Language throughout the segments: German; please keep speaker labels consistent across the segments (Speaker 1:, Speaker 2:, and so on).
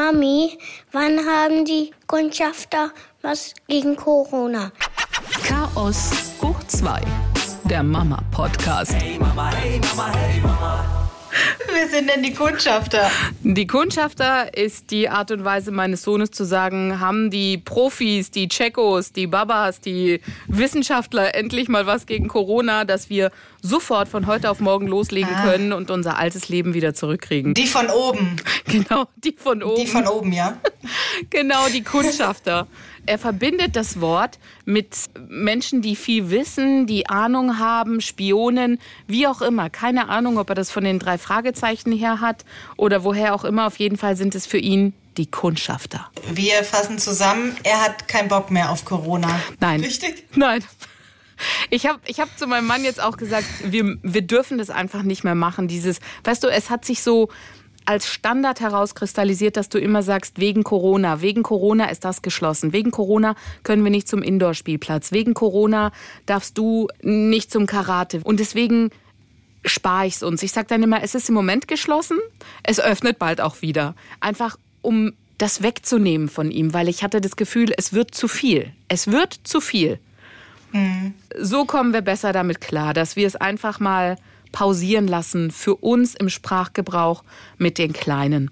Speaker 1: Mami, wann haben die Kundschafter was gegen Corona?
Speaker 2: Chaos hoch 2, der Mama-Podcast.
Speaker 3: Hey Mama, hey Mama, hey Mama.
Speaker 4: Wer sind denn die Kundschafter?
Speaker 2: Die Kundschafter ist die Art und Weise meines Sohnes zu sagen, haben die Profis, die Tschechos, die Babas, die Wissenschaftler endlich mal was gegen Corona, dass wir sofort von heute auf morgen loslegen können und unser altes Leben wieder zurückkriegen.
Speaker 4: Die von oben.
Speaker 2: Genau, die von oben.
Speaker 4: Die von oben, ja.
Speaker 2: Genau, die Kundschafter. Er verbindet das Wort mit Menschen, die viel wissen, die Ahnung haben, Spionen, wie auch immer. Keine Ahnung, ob er das von den 3 Fragezeichen her hat oder woher auch immer. Auf jeden Fall sind es für ihn die Kundschafter.
Speaker 4: Wir fassen zusammen, er hat keinen Bock mehr auf Corona.
Speaker 2: Nein.
Speaker 4: Richtig?
Speaker 2: Nein. Ich hab zu meinem Mann jetzt auch gesagt, wir dürfen das einfach nicht mehr machen. Weißt du, es hat sich so als Standard herauskristallisiert, dass du immer sagst, wegen Corona ist das geschlossen, wegen Corona können wir nicht zum Indoor-Spielplatz, wegen Corona darfst du nicht zum Karate. Und deswegen spare ich es uns. Ich sage dann immer, es ist im Moment geschlossen, es öffnet bald auch wieder. Einfach um das wegzunehmen von ihm, weil ich hatte das Gefühl, es wird zu viel. Es wird zu viel. So kommen wir besser damit klar, dass wir es einfach mal pausieren lassen für uns im Sprachgebrauch mit den Kleinen.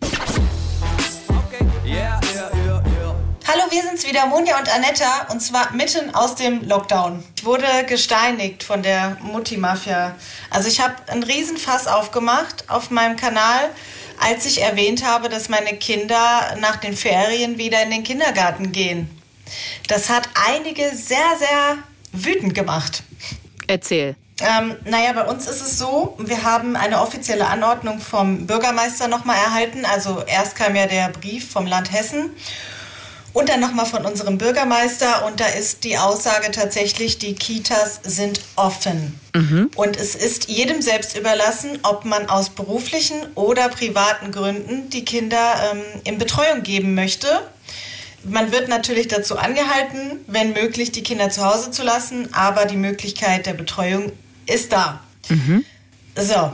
Speaker 4: Hallo, wir sind's wieder, Monja und Anetta, und zwar mitten aus dem Lockdown. Ich wurde gesteinigt von der Mutti-Mafia. Also ich habe einen Riesenfass aufgemacht auf meinem Kanal, als ich erwähnt habe, dass meine Kinder nach den Ferien wieder in den Kindergarten gehen. Das hat einige sehr, sehr wütend gemacht.
Speaker 2: Erzähl.
Speaker 4: Bei uns ist es so, wir haben eine offizielle Anordnung vom Bürgermeister nochmal erhalten. Also erst kam ja der Brief vom Land Hessen und dann nochmal von unserem Bürgermeister. Und da ist die Aussage tatsächlich, die Kitas sind offen. Und es ist jedem selbst überlassen, ob man aus beruflichen oder privaten Gründen die Kinder in Betreuung geben möchte. Man wird natürlich dazu angehalten, wenn möglich, die Kinder zu Hause zu lassen, aber die Möglichkeit der Betreuung ist da. So.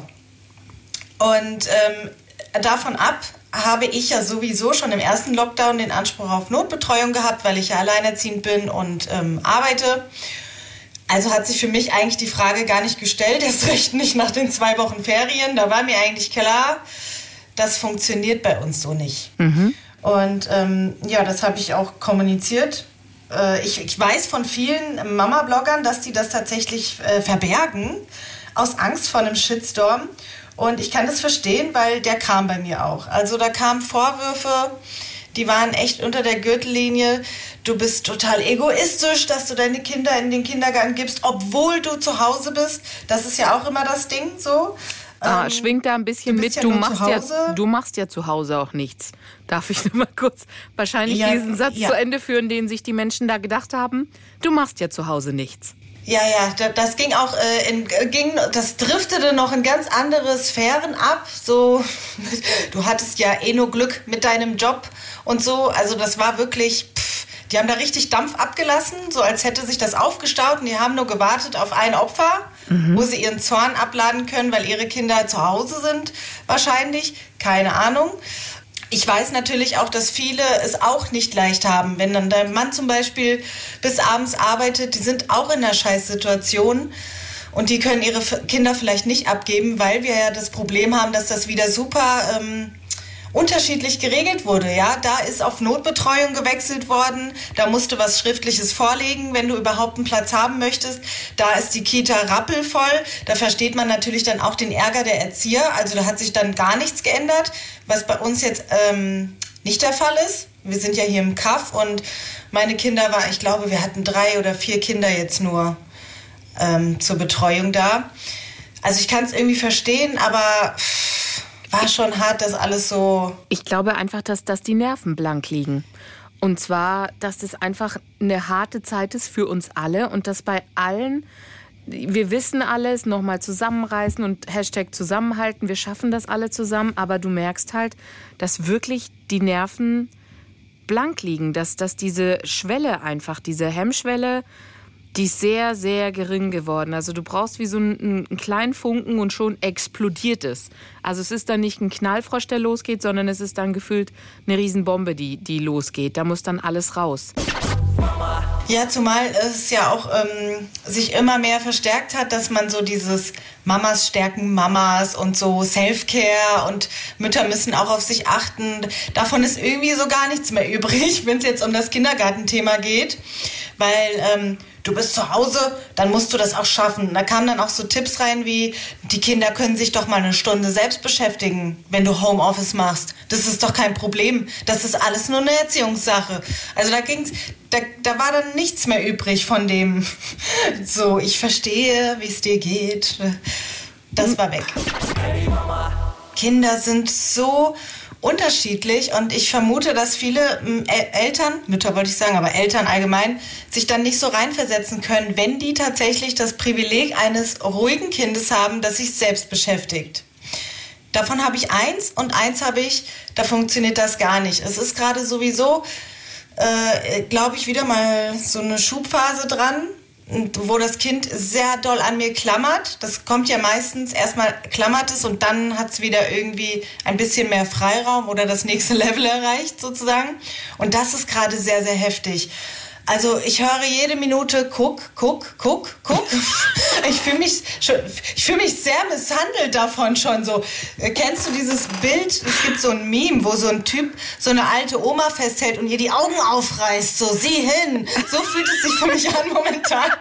Speaker 4: Und davon ab habe ich ja sowieso schon im ersten Lockdown den Anspruch auf Notbetreuung gehabt, weil ich ja alleinerziehend bin und arbeite. Also hat sich für mich eigentlich die Frage gar nicht gestellt, erst recht nicht nach den 2 Wochen Ferien. Da war mir eigentlich klar, das funktioniert bei uns so nicht. Und das habe ich auch kommuniziert. Ich weiß von vielen Mama-Bloggern, dass die das tatsächlich verbergen, aus Angst vor einem Shitstorm. Und ich kann das verstehen, weil der kam bei mir auch. Also da kamen Vorwürfe, die waren echt unter der Gürtellinie. Du bist total egoistisch, dass du deine Kinder in den Kindergarten gibst, obwohl du zu Hause bist. Das ist ja auch immer das Ding so.
Speaker 2: Schwingt da ein bisschen mit, du machst ja zu Hause auch nichts. Darf ich nur mal kurz wahrscheinlich diesen Satz zu Ende führen, den sich die Menschen da gedacht haben? Du machst ja zu Hause nichts.
Speaker 4: Ja, das ging auch, das driftete noch in ganz andere Sphären ab. So, du hattest ja nur Glück mit deinem Job und so. Also das war wirklich, die haben da richtig Dampf abgelassen, so als hätte sich das aufgestaut und die haben nur gewartet auf ein Opfer, wo sie ihren Zorn abladen können, weil ihre Kinder zu Hause sind, wahrscheinlich. Keine Ahnung. Ich weiß natürlich auch, dass viele es auch nicht leicht haben. Wenn dann dein Mann zum Beispiel bis abends arbeitet, die sind auch in einer Scheißsituation und die können ihre Kinder vielleicht nicht abgeben, weil wir ja das Problem haben, dass das wieder super unterschiedlich geregelt wurde. Ja, da ist auf Notbetreuung gewechselt worden. Da musst du was Schriftliches vorlegen, wenn du überhaupt einen Platz haben möchtest. Da ist die Kita rappelvoll. Da versteht man natürlich dann auch den Ärger der Erzieher. Also da hat sich dann gar nichts geändert, was bei uns jetzt nicht der Fall ist. Wir sind ja hier im Kaff und meine Kinder ich glaube, wir hatten 3 oder 4 Kinder jetzt nur zur Betreuung da. Also ich kann es irgendwie verstehen, aber war schon hart, das alles so.
Speaker 2: Ich glaube einfach, dass die Nerven blank liegen. Und zwar, dass das einfach eine harte Zeit ist für uns alle und dass bei allen, wir wissen alles, nochmal zusammenreißen und # zusammenhalten, wir schaffen das alle zusammen, aber du merkst halt, dass wirklich die Nerven blank liegen, dass diese Schwelle einfach, diese Hemmschwelle die ist sehr, sehr gering geworden. Also du brauchst wie so einen kleinen Funken und schon explodiert es. Also es ist dann nicht ein Knallfrosch, der losgeht, sondern es ist dann gefühlt eine Riesenbombe, die losgeht. Da muss dann alles raus.
Speaker 4: Ja, zumal es ja auch sich immer mehr verstärkt hat, dass man so dieses Mamas stärken Mamas und so Self-Care und Mütter müssen auch auf sich achten. Davon ist irgendwie so gar nichts mehr übrig, wenn es jetzt um das Kindergartenthema geht, weil du bist zu Hause, dann musst du das auch schaffen. Da kamen dann auch so Tipps rein wie, die Kinder können sich doch mal eine Stunde selbst beschäftigen, wenn du Homeoffice machst. Das ist doch kein Problem. Das ist alles nur eine Erziehungssache. Also da war dann nichts mehr übrig von dem, so, ich verstehe, wie es dir geht. Das war weg.
Speaker 3: Hey Mama.
Speaker 4: Kinder sind so unterschiedlich und ich vermute, dass viele Eltern, Mütter wollte ich sagen, aber Eltern allgemein, sich dann nicht so reinversetzen können, wenn die tatsächlich das Privileg eines ruhigen Kindes haben, das sich selbst beschäftigt. Davon habe ich eins und eins habe ich, da funktioniert das gar nicht. Es ist gerade sowieso, glaube ich, wieder mal so eine Schubphase dran, wo das Kind sehr doll an mir klammert. Das kommt ja meistens, erstmal klammert es und dann hat es wieder irgendwie ein bisschen mehr Freiraum oder das nächste Level erreicht sozusagen. Und das ist gerade sehr, sehr heftig. Also ich höre jede Minute, guck. Ich fühle mich sehr misshandelt davon schon so. Kennst du dieses Bild? Es gibt so ein Meme, wo so ein Typ so eine alte Oma festhält und ihr die Augen aufreißt. So, sieh hin. So fühlt es sich für mich an momentan.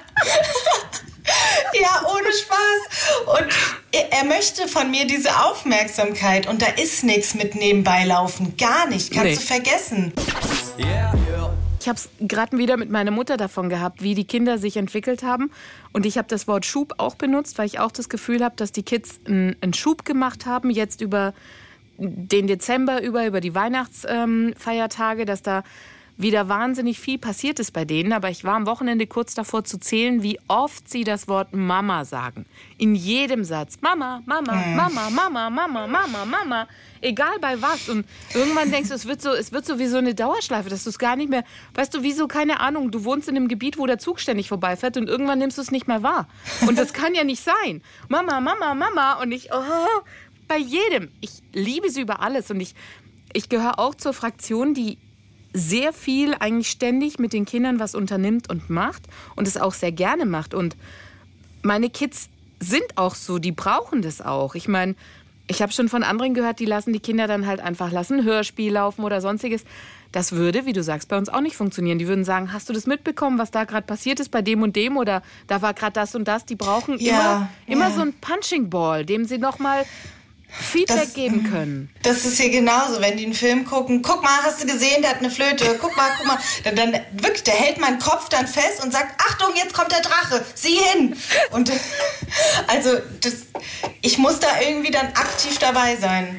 Speaker 4: Ja, ohne Spaß. Und er möchte von mir diese Aufmerksamkeit. Und da ist nichts mit nebenbei laufen. Gar nicht. Kannst du vergessen.
Speaker 3: Yeah.
Speaker 2: Ich habe es gerade wieder mit meiner Mutter davon gehabt, wie die Kinder sich entwickelt haben. Und ich habe das Wort Schub auch benutzt, weil ich auch das Gefühl habe, dass die Kids einen Schub gemacht haben, jetzt über den Dezember, über die Weihnachtsfeiertage, dass da wieder wahnsinnig viel passiert ist bei denen. Aber ich war am Wochenende kurz davor zu zählen, wie oft sie das Wort Mama sagen. In jedem Satz. Mama, Mama, Mama, Mama, Mama, Mama, Mama. Egal bei was. Und irgendwann denkst du, es wird so wie so eine Dauerschleife, dass du es gar nicht mehr, weißt du, wieso, keine Ahnung, du wohnst in einem Gebiet, wo der Zug ständig vorbeifährt und irgendwann nimmst du es nicht mehr wahr. Und das kann ja nicht sein. Mama, Mama, Mama. Und bei jedem. Ich liebe sie über alles. Und ich gehöre auch zur Fraktion, die sehr viel eigentlich ständig mit den Kindern was unternimmt und macht und es auch sehr gerne macht. Und meine Kids sind auch so, die brauchen das auch. Ich meine, ich habe schon von anderen gehört, die lassen die Kinder dann halt einfach ein Hörspiel laufen oder sonstiges. Das würde, wie du sagst, bei uns auch nicht funktionieren. Die würden sagen, hast du das mitbekommen, was da gerade passiert ist bei dem und dem oder da war gerade das und das. Die brauchen immer so ein Punching Ball, dem sie nochmal Feedback geben können.
Speaker 4: Das ist hier genauso, wenn die einen Film gucken, guck mal, hast du gesehen, der hat eine Flöte, guck mal. Dann wirklich, der hält meinen Kopf dann fest und sagt, Achtung, jetzt kommt der Drache, sieh hin. Und also, ich muss da irgendwie dann aktiv dabei sein.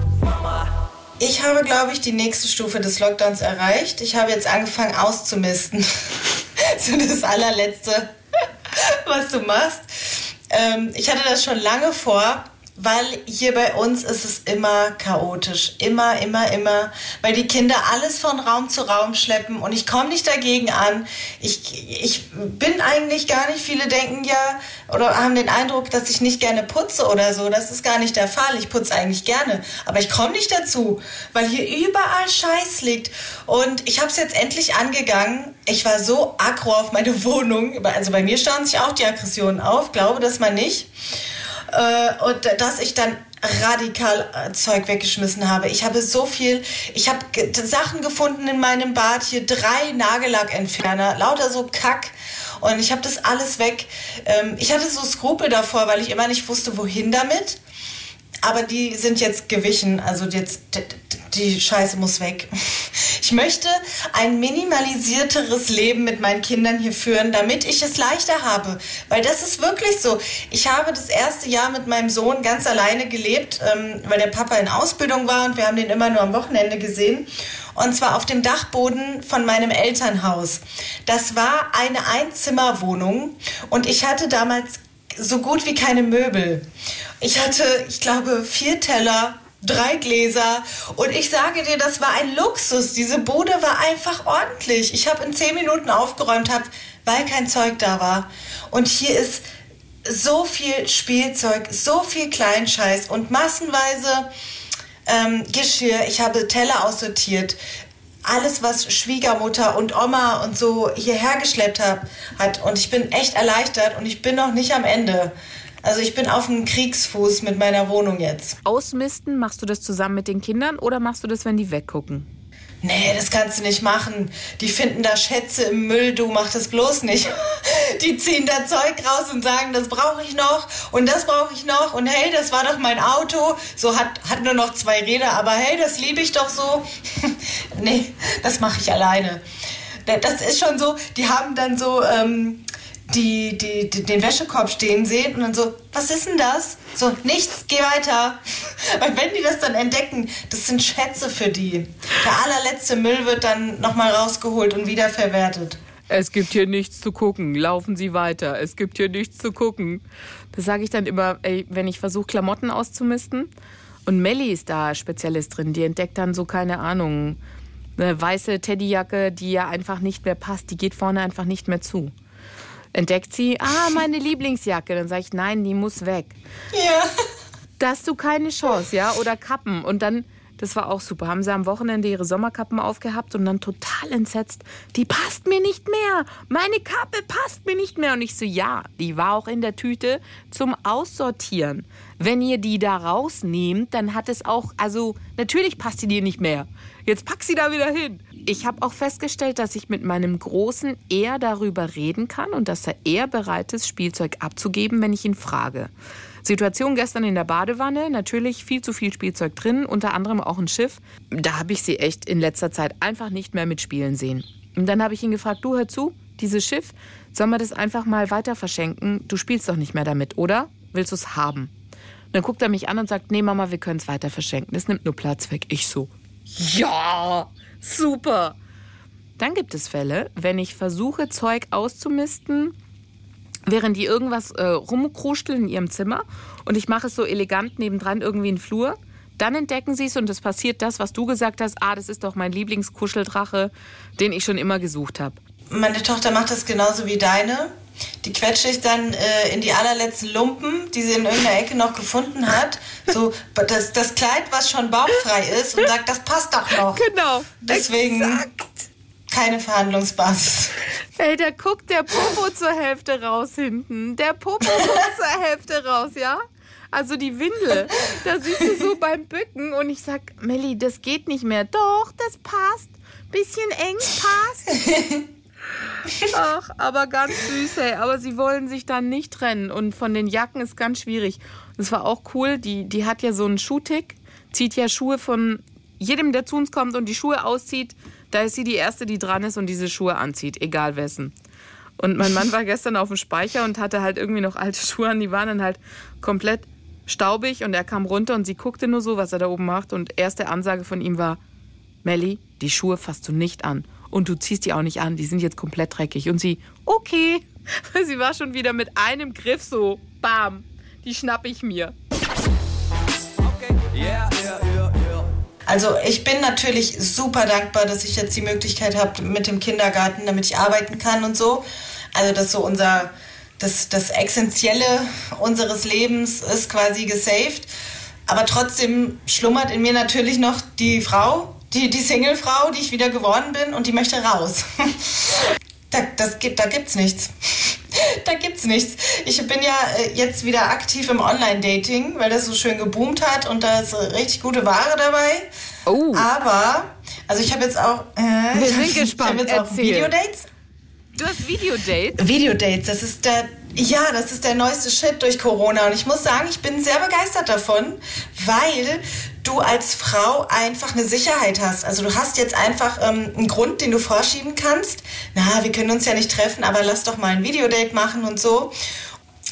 Speaker 4: Ich habe, glaube ich, die nächste Stufe des Lockdowns erreicht. Ich habe jetzt angefangen auszumisten. So das allerletzte, was du machst. Ich hatte das schon lange vor, weil hier bei uns ist es immer chaotisch. Immer. Weil die Kinder alles von Raum zu Raum schleppen und ich komme nicht dagegen an. Ich bin eigentlich gar nicht, viele denken ja oder haben den Eindruck, dass ich nicht gerne putze oder so. Das ist gar nicht der Fall. Ich putze eigentlich gerne. Aber ich komme nicht dazu, weil hier überall Scheiß liegt. Und ich habe es jetzt endlich angegangen. Ich war so aggro auf meine Wohnung. Also bei mir stauen sich auch die Aggressionen auf. Glaube das mal nicht. Und dass ich dann radikal Zeug weggeschmissen habe. Ich habe Sachen gefunden in meinem Bad, hier 3 Nagellackentferner, lauter so Kack. Und ich habe das alles weg. Ich hatte so Skrupel davor, weil ich immer nicht wusste, wohin damit. Aber die sind jetzt gewichen, also jetzt die Scheiße muss weg. Ich möchte ein minimalisierteres Leben mit meinen Kindern hier führen, damit ich es leichter habe. Weil das ist wirklich so. Ich habe das erste Jahr mit meinem Sohn ganz alleine gelebt, weil der Papa in Ausbildung war und wir haben den immer nur am Wochenende gesehen. Und zwar auf dem Dachboden von meinem Elternhaus. Das war eine Einzimmerwohnung und ich hatte damals so gut wie keine Möbel. Ich hatte, ich glaube, 4 Teller 3 Gläser. Und ich sage dir, das war ein Luxus. Diese Bude war einfach ordentlich. Ich habe in 10 Minuten aufgeräumt, weil kein Zeug da war. Und hier ist so viel Spielzeug, so viel Kleinscheiß und massenweise Geschirr. Ich habe Teller aussortiert. Alles, was Schwiegermutter und Oma und so hierher geschleppt hat. Und ich bin echt erleichtert und ich bin noch nicht am Ende. Also ich bin auf dem Kriegsfuß mit meiner Wohnung jetzt.
Speaker 2: Ausmisten, machst du das zusammen mit den Kindern oder machst du das, wenn die weggucken?
Speaker 4: Nee, das kannst du nicht machen. Die finden da Schätze im Müll, du mach das bloß nicht. Die ziehen da Zeug raus und sagen, das brauche ich noch und das brauche ich noch und hey, das war doch mein Auto. So hat nur noch 2 Räder, aber hey, das liebe ich doch so. Nee, das mache ich alleine. Das ist schon so, die haben dann so den Wäschekorb stehen sehen und dann so, was ist denn das? So, nichts, geh weiter. Weil wenn die das dann entdecken, das sind Schätze für die. Der allerletzte Müll wird dann nochmal rausgeholt und wiederverwertet.
Speaker 2: Es gibt hier nichts zu gucken, laufen Sie weiter. Es gibt hier nichts zu gucken. Das sage ich dann immer, wenn ich versuche, Klamotten auszumisten. Und Melli ist da Spezialist drin. Die entdeckt dann so, keine Ahnung, eine weiße Teddyjacke, die ja einfach nicht mehr passt. Die geht vorne einfach nicht mehr zu. Entdeckt sie, meine Lieblingsjacke. Dann sage ich, nein, die muss weg.
Speaker 4: Ja.
Speaker 2: Da hast du keine Chance, ja? Oder Kappen. Und dann, das war auch super, haben sie am Wochenende ihre Sommerkappen aufgehabt und dann total entsetzt. Die passt mir nicht mehr. Meine Kappe passt mir nicht mehr. Und ich so, ja, die war auch in der Tüte zum Aussortieren. Wenn ihr die da rausnehmt, dann hat es auch, also natürlich passt sie dir nicht mehr. Jetzt pack sie da wieder hin. Ich habe auch festgestellt, dass ich mit meinem Großen eher darüber reden kann und dass er eher bereit ist, Spielzeug abzugeben, wenn ich ihn frage. Situation gestern in der Badewanne, natürlich viel zu viel Spielzeug drin, unter anderem auch ein Schiff. Da habe ich sie echt in letzter Zeit einfach nicht mehr mitspielen sehen. Und dann habe ich ihn gefragt, du, hör zu, dieses Schiff, sollen wir das einfach mal weiter verschenken? Du spielst doch nicht mehr damit, oder? Willst du es haben? Und dann guckt er mich an und sagt, nee Mama, wir können es weiter verschenken. Es nimmt nur Platz weg. Ich so, ja, super. Dann gibt es Fälle, wenn ich versuche, Zeug auszumisten, während die irgendwas rumkruscheln in ihrem Zimmer und ich mache es so elegant nebendran irgendwie in den Flur, dann entdecken sie es und es passiert das, was du gesagt hast, das ist doch mein Lieblingskuscheldrache, den ich schon immer gesucht habe.
Speaker 4: Meine Tochter macht das genauso wie deine. Die quetsche ich dann in die allerletzten Lumpen, die sie in irgendeiner Ecke noch gefunden hat. So das Kleid, was schon bauchfrei ist und sagt, das passt doch noch.
Speaker 2: Genau.
Speaker 4: Deswegen
Speaker 2: exakt.
Speaker 4: Keine Verhandlungsbasis.
Speaker 2: Ey, da guckt der Popo zur Hälfte raus hinten. Der Popo guckt zur Hälfte raus, ja? Also die Windel. Da siehst du so beim Bücken und ich sag, Melli, das geht nicht mehr. Doch, das passt. Bisschen eng passt. Ach, aber ganz süß, ey. Aber sie wollen sich dann nicht trennen. Und von den Jacken ist ganz schwierig. Das war auch cool. Die hat ja so einen Schuhtick. Zieht ja Schuhe von jedem, der zu uns kommt und die Schuhe auszieht. Da ist sie die Erste, die dran ist und diese Schuhe anzieht. Egal wessen. Und mein Mann war gestern auf dem Speicher und hatte halt irgendwie noch alte Schuhe an. Die waren dann halt komplett staubig. Und er kam runter und sie guckte nur so, was er da oben macht. Und erste Ansage von ihm war, Melli, die Schuhe fasst du nicht an. Und du ziehst die auch nicht an, die sind jetzt komplett dreckig. Und sie, okay. Sie war schon wieder mit einem Griff so, bam, die schnapp ich mir.
Speaker 3: Okay. Yeah.
Speaker 4: Also ich bin natürlich super dankbar, dass ich jetzt die Möglichkeit habe mit dem Kindergarten, damit ich arbeiten kann und so. Also dass so das Essentielle unseres Lebens ist quasi gesaved. Aber trotzdem schlummert in mir natürlich noch die Frau, die Single-Frau, die ich wieder geworden bin und die möchte raus. Da gibt's nichts. Da gibt's nichts. Ich bin ja jetzt wieder aktiv im Online-Dating, weil das so schön geboomt hat und da ist richtig gute Ware dabei.
Speaker 2: Oh.
Speaker 4: Aber, also ich habe jetzt auch...
Speaker 2: Wir sind gespannt.
Speaker 4: Ich habe jetzt auch Videodates.
Speaker 2: Du hast Videodates?
Speaker 4: Videodates, das ist der neueste Shit durch Corona. Und ich muss sagen, ich bin sehr begeistert davon, weil du als Frau einfach eine Sicherheit hast. Also du hast jetzt einfach einen Grund, den du vorschieben kannst. Na, wir können uns ja nicht treffen, aber lass doch mal ein Videodate machen und so.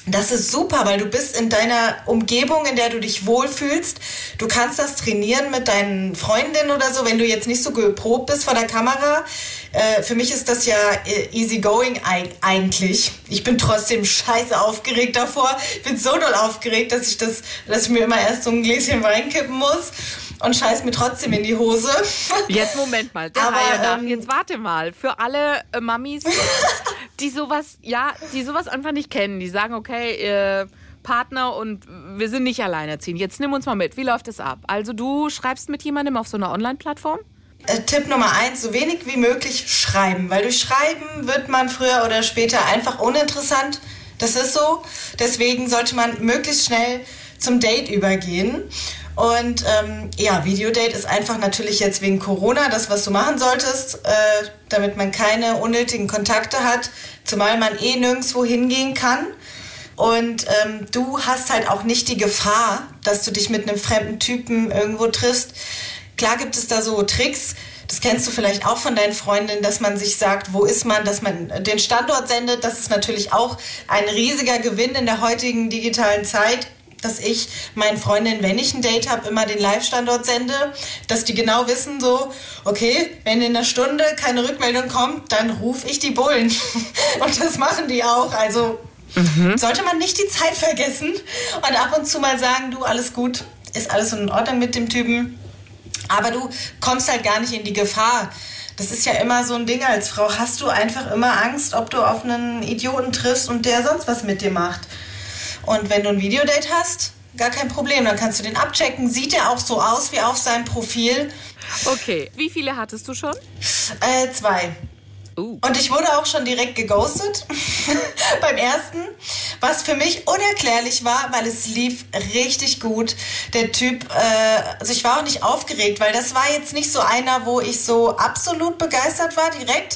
Speaker 4: Das ist super, weil du bist in deiner Umgebung, in der du dich wohlfühlst. Du kannst das trainieren mit deinen Freundinnen oder so, wenn du jetzt nicht so geprobt bist vor der Kamera. Für mich ist das ja easy going eigentlich. Ich bin trotzdem scheiße aufgeregt davor. Ich bin so doll aufgeregt, dass ich mir immer erst so ein Gläschen Wein kippen muss und scheiß mir trotzdem in die Hose.
Speaker 2: Jetzt Moment mal, der Reihe nach. Jetzt warte mal. Für alle Mamis, die sowas einfach nicht kennen, die sagen, okay, Partner und wir sind nicht alleinerziehend. Jetzt nimm uns mal mit. Wie läuft es ab? Also du schreibst mit jemandem auf so einer Online-Plattform?
Speaker 4: Tipp Nummer 1, so wenig wie möglich schreiben. Weil durch Schreiben wird man früher oder später einfach uninteressant. Das ist so. Deswegen sollte man möglichst schnell zum Date übergehen. Und Videodate ist einfach natürlich jetzt wegen Corona das, was du machen solltest, damit man keine unnötigen Kontakte hat, zumal man nirgendwo hingehen kann. Und du hast halt auch nicht die Gefahr, dass du dich mit einem fremden Typen irgendwo triffst. Klar gibt es da so Tricks, das kennst du vielleicht auch von deinen Freundinnen, dass man sich sagt, wo ist man, dass man den Standort sendet. Das ist natürlich auch ein riesiger Gewinn in der heutigen digitalen Zeit, dass ich meinen Freundinnen, wenn ich ein Date habe, immer den Live-Standort sende, dass die genau wissen so, okay, wenn in einer Stunde keine Rückmeldung kommt, dann rufe ich die Bullen. Und das machen die auch, also sollte man nicht die Zeit vergessen und ab und zu mal sagen, du, alles gut, ist alles in Ordnung mit dem Typen. Aber du kommst halt gar nicht in die Gefahr. Das ist ja immer so ein Ding als Frau. Hast du einfach immer Angst, ob du auf einen Idioten triffst und der sonst was mit dir macht. Und wenn du ein Videodate hast, gar kein Problem. Dann kannst du den abchecken. Sieht er auch so aus wie auf seinem Profil.
Speaker 2: Okay. Wie viele hattest du schon?
Speaker 4: 2. Und ich wurde auch schon direkt geghostet beim ersten, was für mich unerklärlich war, weil es lief richtig gut. Der Typ, also ich war auch nicht aufgeregt, weil das war jetzt nicht so einer, wo ich so absolut begeistert war direkt.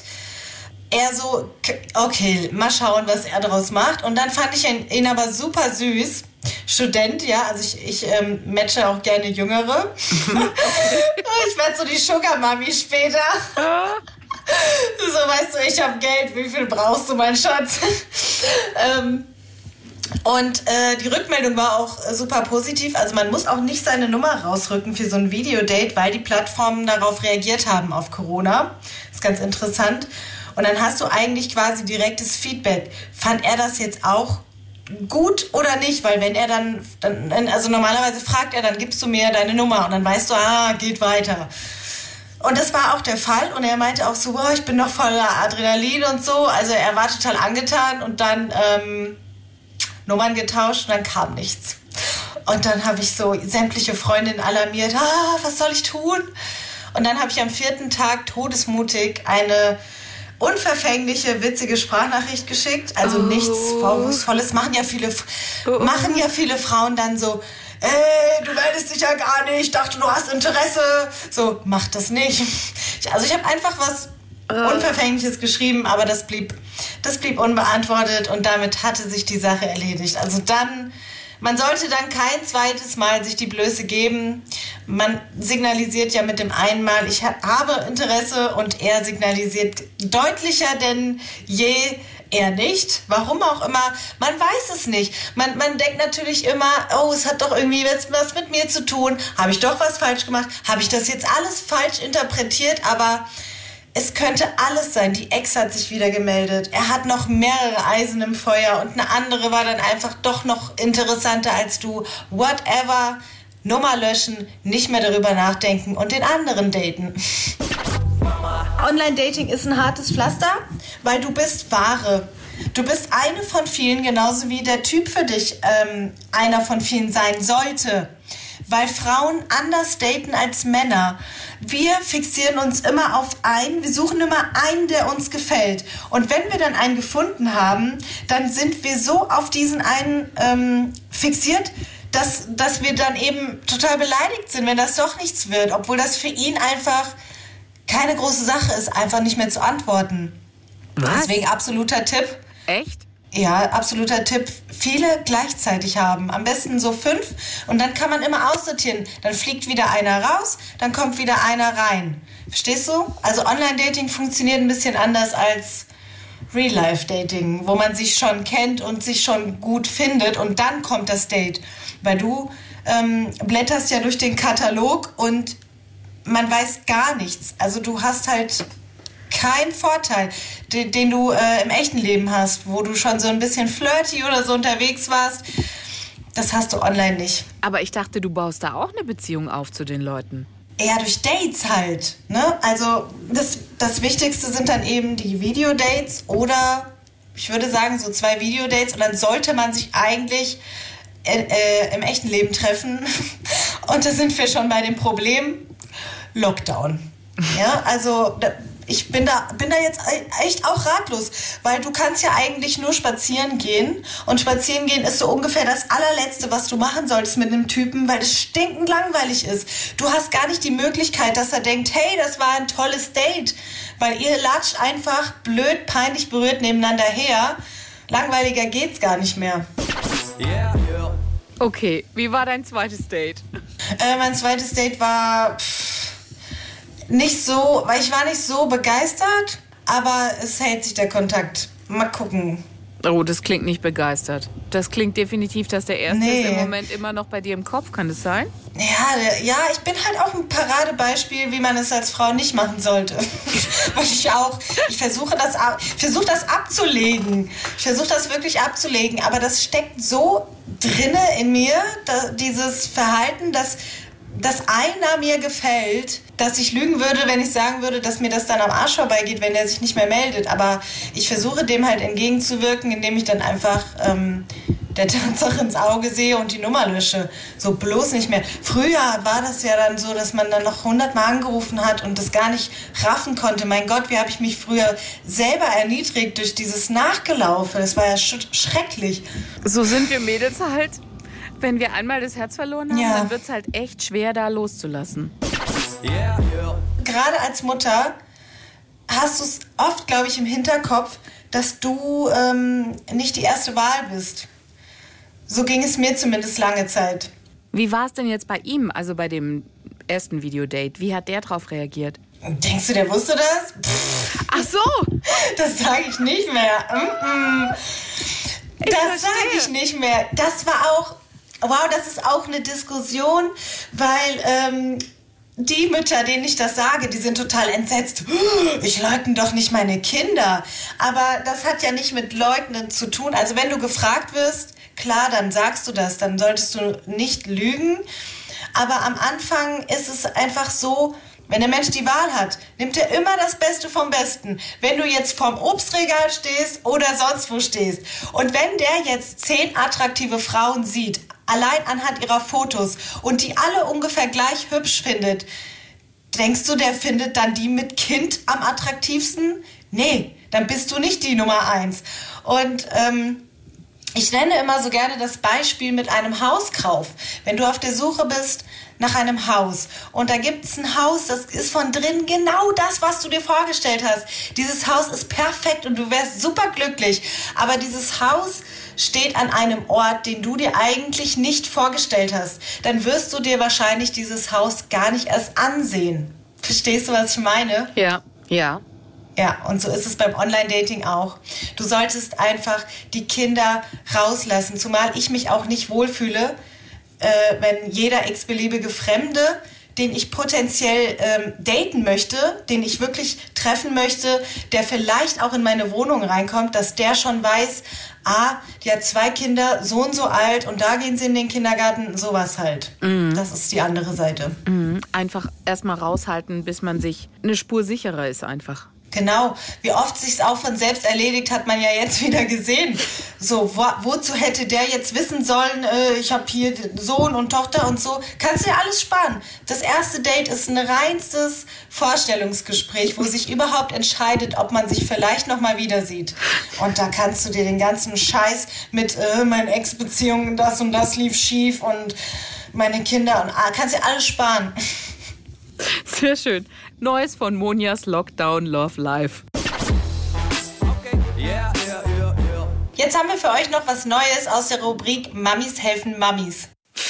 Speaker 4: Er so, okay, mal schauen, was er daraus macht. Und dann fand ich ihn aber super süß. Student, ja, also ich matche auch gerne Jüngere. Ich werde so die Sugar Mami später. So, weißt du, ich habe Geld, wie viel brauchst du, mein Schatz? Die Rückmeldung war auch super positiv. Also man muss auch nicht seine Nummer rausrücken für so ein Videodate, weil die Plattformen darauf reagiert haben, auf Corona. Das ist ganz interessant. Und dann hast du eigentlich quasi direktes Feedback. Fand er das jetzt auch gut oder nicht? Weil wenn er dann also normalerweise fragt er, dann gibst du mir deine Nummer und dann weißt du, geht weiter. Und das war auch der Fall und er meinte auch so, ich bin noch voller Adrenalin und so. Also er war total angetan und dann Nummern getauscht und dann kam nichts. Und dann habe ich so sämtliche Freundinnen alarmiert, was soll ich tun? Und dann habe ich am 4. Tag todesmutig eine unverfängliche, witzige Sprachnachricht geschickt. Also nichts Vorwurfsvolles. Machen ja viele Frauen dann so, du meldest dich ja gar nicht, ich dachte, du hast Interesse. So, mach das nicht. Also ich habe einfach was Unverfängliches geschrieben, aber das blieb unbeantwortet und damit hatte sich die Sache erledigt. Also man sollte dann kein zweites Mal sich die Blöße geben. Man signalisiert ja mit dem einen Mal, ich habe Interesse und er signalisiert deutlicher denn je, er nicht. Warum auch immer, man weiß es nicht. Man denkt natürlich immer, es hat doch irgendwie was mit mir zu tun. Habe ich doch was falsch gemacht? Habe ich das jetzt alles falsch interpretiert? Aber es könnte alles sein. Die Ex hat sich wieder gemeldet. Er hat noch mehrere Eisen im Feuer und eine andere war dann einfach doch noch interessanter als du. Whatever. Nummer löschen, nicht mehr darüber nachdenken und den anderen daten. Online-Dating ist ein hartes Pflaster, weil du bist Ware. Du bist eine von vielen, genauso wie der Typ für dich einer von vielen sein sollte. Weil Frauen anders daten als Männer. Wir fixieren uns immer auf einen, wir suchen immer einen, der uns gefällt. Und wenn wir dann einen gefunden haben, dann sind wir so auf diesen einen fixiert, dass wir dann eben total beleidigt sind, wenn das doch nichts wird. Obwohl das für ihn einfach keine große Sache ist, einfach nicht mehr zu antworten.
Speaker 2: Was?
Speaker 4: Deswegen absoluter Tipp.
Speaker 2: Echt?
Speaker 4: Ja, absoluter Tipp. Viele gleichzeitig haben. Am besten so 5 und dann kann man immer aussortieren. Dann fliegt wieder einer raus, dann kommt wieder einer rein. Verstehst du? Also Online-Dating funktioniert ein bisschen anders als Real-Life-Dating, wo man sich schon kennt und sich schon gut findet und dann kommt das Date. Weil du blätterst ja durch den Katalog und man weiß gar nichts. Also du hast halt keinen Vorteil, den du im echten Leben hast, wo du schon so ein bisschen flirty oder so unterwegs warst. Das hast du online nicht.
Speaker 2: Aber ich dachte, du baust da auch eine Beziehung auf zu den Leuten.
Speaker 4: Ja, durch Dates halt. Ne? Also das Wichtigste sind dann eben die Videodates oder ich würde sagen so 2 Videodates und dann sollte man sich eigentlich im echten Leben treffen. Und da sind wir schon bei dem Problem Lockdown. Ja, also ich bin da jetzt echt auch ratlos, weil du kannst ja eigentlich nur spazieren gehen und spazieren gehen ist so ungefähr das allerletzte, was du machen solltest mit einem Typen, weil das stinkend langweilig ist. Du hast gar nicht die Möglichkeit, dass er denkt, hey, das war ein tolles Date, weil ihr latscht einfach blöd, peinlich berührt nebeneinander her. Langweiliger geht's gar nicht mehr.
Speaker 3: Yeah.
Speaker 2: Okay, wie war dein zweites Date?
Speaker 4: Mein zweites Date war nicht so, weil ich war nicht so begeistert, aber es hält sich der Kontakt. Mal gucken.
Speaker 2: Oh, das klingt nicht begeistert. Das klingt definitiv, dass der erste ist im Moment immer noch bei dir im Kopf. Kann das sein?
Speaker 4: Ja, ich bin halt auch ein Paradebeispiel, wie man es als Frau nicht machen sollte. Weil ich versuche das abzulegen. Ich versuche das wirklich abzulegen, aber das steckt so drinne in mir, dieses Verhalten, dass einer mir gefällt, dass ich lügen würde, wenn ich sagen würde, dass mir das dann am Arsch vorbeigeht, wenn der sich nicht mehr meldet. Aber ich versuche dem halt entgegenzuwirken, indem ich dann einfach der Tatsache ins Auge sehe und die Nummer lösche. So bloß nicht mehr. Früher war das ja dann so, dass man dann noch 100-mal angerufen hat und das gar nicht raffen konnte. Mein Gott, wie habe ich mich früher selber erniedrigt durch dieses Nachgelaufe. Das war ja schrecklich.
Speaker 2: So sind wir Mädels halt. Wenn wir einmal das Herz verloren haben, dann wird es halt echt schwer, da loszulassen.
Speaker 3: Yeah.
Speaker 4: Gerade als Mutter hast du es oft, glaube ich, im Hinterkopf, dass du nicht die erste Wahl bist. So ging es mir zumindest lange Zeit.
Speaker 2: Wie war es denn jetzt bei ihm, also bei dem ersten Videodate? Wie hat der drauf reagiert?
Speaker 4: Denkst du, der wusste das? Pff,
Speaker 2: ach so!
Speaker 4: Das sage ich nicht mehr. Das sage ich nicht mehr. Das war auch... Wow, das ist auch eine Diskussion, weil die Mütter, denen ich das sage, die sind total entsetzt. Ich leugne doch nicht meine Kinder. Aber das hat ja nicht mit Leugnen zu tun. Also wenn du gefragt wirst, klar, dann sagst du das. Dann solltest du nicht lügen. Aber am Anfang ist es einfach so, wenn der Mensch die Wahl hat, nimmt er immer das Beste vom Besten. Wenn du jetzt vorm Obstregal stehst oder sonst wo stehst. Und wenn der jetzt 10 attraktive Frauen sieht, allein anhand ihrer Fotos und die alle ungefähr gleich hübsch findet, denkst du, der findet dann die mit Kind am attraktivsten? Nee, dann bist du nicht die Nummer 1. Und ich nenne immer so gerne das Beispiel mit einem Hauskauf. Wenn du auf der Suche bist nach einem Haus und da gibt es ein Haus, das ist von drin genau das, was du dir vorgestellt hast. Dieses Haus ist perfekt und du wärst super glücklich, aber dieses Haus steht an einem Ort, den du dir eigentlich nicht vorgestellt hast. Dann wirst du dir wahrscheinlich dieses Haus gar nicht erst ansehen. Verstehst du, was ich meine?
Speaker 2: Ja.
Speaker 4: Ja, und so ist es beim Online-Dating auch. Du solltest einfach die Kinder rauslassen, zumal ich mich auch nicht wohlfühle, wenn jeder x-beliebige Fremde, den ich potenziell daten möchte, den ich wirklich treffen möchte, der vielleicht auch in meine Wohnung reinkommt, dass der schon weiß, die hat 2 Kinder, so und so alt und da gehen sie in den Kindergarten, sowas halt. Das ist die andere Seite.
Speaker 2: Einfach erstmal raushalten, bis man sich eine Spur sicherer ist einfach.
Speaker 4: Genau, wie oft sich's auch von selbst erledigt, hat man ja jetzt wieder gesehen. So, wozu hätte der jetzt wissen sollen, ich habe hier Sohn und Tochter und so. Kannst du dir alles sparen. Das erste Date ist ein reinstes Vorstellungsgespräch, wo sich überhaupt entscheidet, ob man sich vielleicht nochmal wieder sieht. Und da kannst du dir den ganzen Scheiß mit meine Ex-Beziehung, das und das lief schief und meine Kinder und kannst dir alles sparen.
Speaker 2: Sehr schön. Neues von Monjas Lockdown Love Life.
Speaker 3: Okay. Yeah.
Speaker 4: Jetzt haben wir für euch noch was Neues aus der Rubrik Mamis helfen Mamis.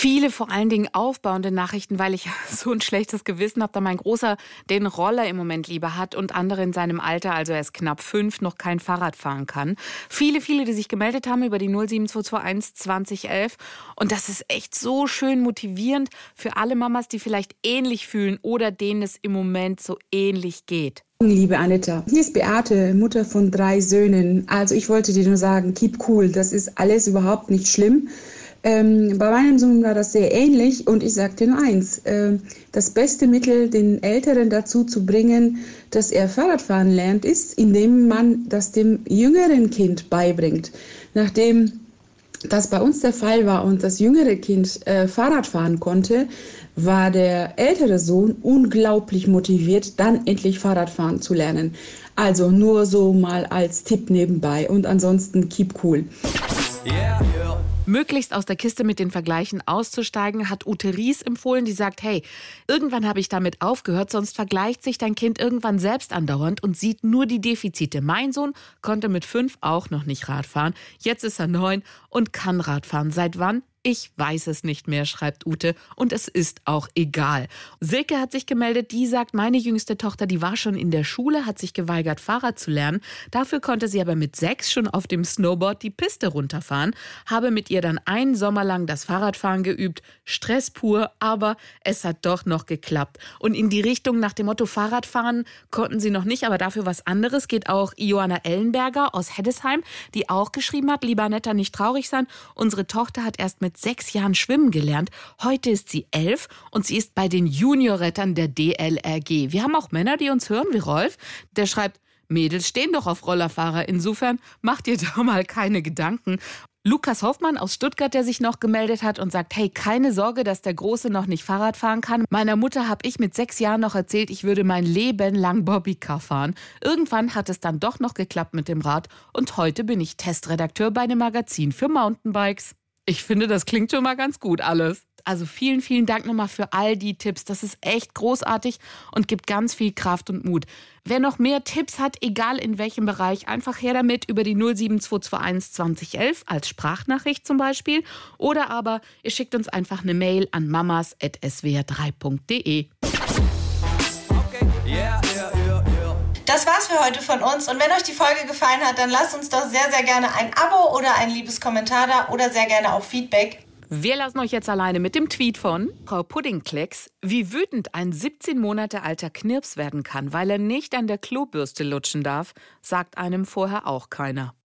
Speaker 2: Viele vor allen Dingen aufbauende Nachrichten, weil ich so ein schlechtes Gewissen habe, da mein Großer den Roller im Moment lieber hat und andere in seinem Alter, also er ist knapp 5, noch kein Fahrrad fahren kann. Viele, die sich gemeldet haben über die 07221 2011. Und das ist echt so schön motivierend für alle Mamas, die vielleicht ähnlich fühlen oder denen es im Moment so ähnlich geht.
Speaker 5: Liebe Anita, hier ist Beate, Mutter von 3 Söhnen. Also ich wollte dir nur sagen, keep cool, das ist alles überhaupt nicht schlimm. Bei meinem Sohn war das sehr ähnlich und ich sagte nur eins, das beste Mittel, den Älteren dazu zu bringen, dass er Fahrradfahren lernt, ist, indem man das dem jüngeren Kind beibringt. Nachdem das bei uns der Fall war und das jüngere Kind Fahrrad fahren konnte, war der ältere Sohn unglaublich motiviert, dann endlich Fahrrad fahren zu lernen. Also nur so mal als Tipp nebenbei und ansonsten keep cool.
Speaker 3: Yeah.
Speaker 2: Möglichst aus der Kiste mit den Vergleichen auszusteigen, hat Ute Ries empfohlen, die sagt, hey, irgendwann habe ich damit aufgehört, sonst vergleicht sich dein Kind irgendwann selbst andauernd und sieht nur die Defizite. Mein Sohn konnte mit 5 auch noch nicht Rad fahren, jetzt ist er 9 und kann Rad fahren. Seit wann? Ich weiß es nicht mehr, schreibt Ute, und es ist auch egal. Silke hat sich gemeldet, die sagt, meine jüngste Tochter, die war schon in der Schule, hat sich geweigert, Fahrrad zu lernen. Dafür konnte sie aber mit 6 schon auf dem Snowboard die Piste runterfahren, habe mit ihr dann einen Sommer lang das Fahrradfahren geübt. Stress pur, aber es hat doch noch geklappt. Und in die Richtung nach dem Motto Fahrradfahren konnten sie noch nicht, aber dafür was anderes, geht auch Johanna Ellenberger aus Heddesheim, die auch geschrieben hat, lieber Netta, nicht traurig sein, unsere Tochter hat erst mit 6 Jahren schwimmen gelernt. Heute ist sie 11 und sie ist bei den Juniorrettern der DLRG. Wir haben auch Männer, die uns hören, wie Rolf. Der schreibt, Mädels stehen doch auf Rollerfahrer. Insofern macht ihr da mal keine Gedanken. Lukas Hoffmann aus Stuttgart, der sich noch gemeldet hat und sagt, hey, keine Sorge, dass der Große noch nicht Fahrrad fahren kann. Meiner Mutter habe ich mit 6 Jahren noch erzählt, ich würde mein Leben lang Bobbycar fahren. Irgendwann hat es dann doch noch geklappt mit dem Rad und heute bin ich Testredakteur bei einem Magazin für Mountainbikes. Ich finde, das klingt schon mal ganz gut alles. Also vielen, vielen Dank nochmal für all die Tipps. Das ist echt großartig und gibt ganz viel Kraft und Mut. Wer noch mehr Tipps hat, egal in welchem Bereich, einfach her damit über die 07221 2011 als Sprachnachricht zum Beispiel. Oder aber ihr schickt uns einfach eine Mail an mamas@swr3.de.
Speaker 3: Okay. Yeah.
Speaker 4: Das war's für heute von uns und wenn euch die Folge gefallen hat, dann lasst uns doch sehr, sehr gerne ein Abo oder ein liebes Kommentar da oder sehr gerne auch Feedback.
Speaker 2: Wir lassen euch jetzt alleine mit dem Tweet von Frau Puddingklecks, wie wütend ein 17 Monate alter Knirps werden kann, weil er nicht an der Klobürste lutschen darf, sagt einem vorher auch keiner.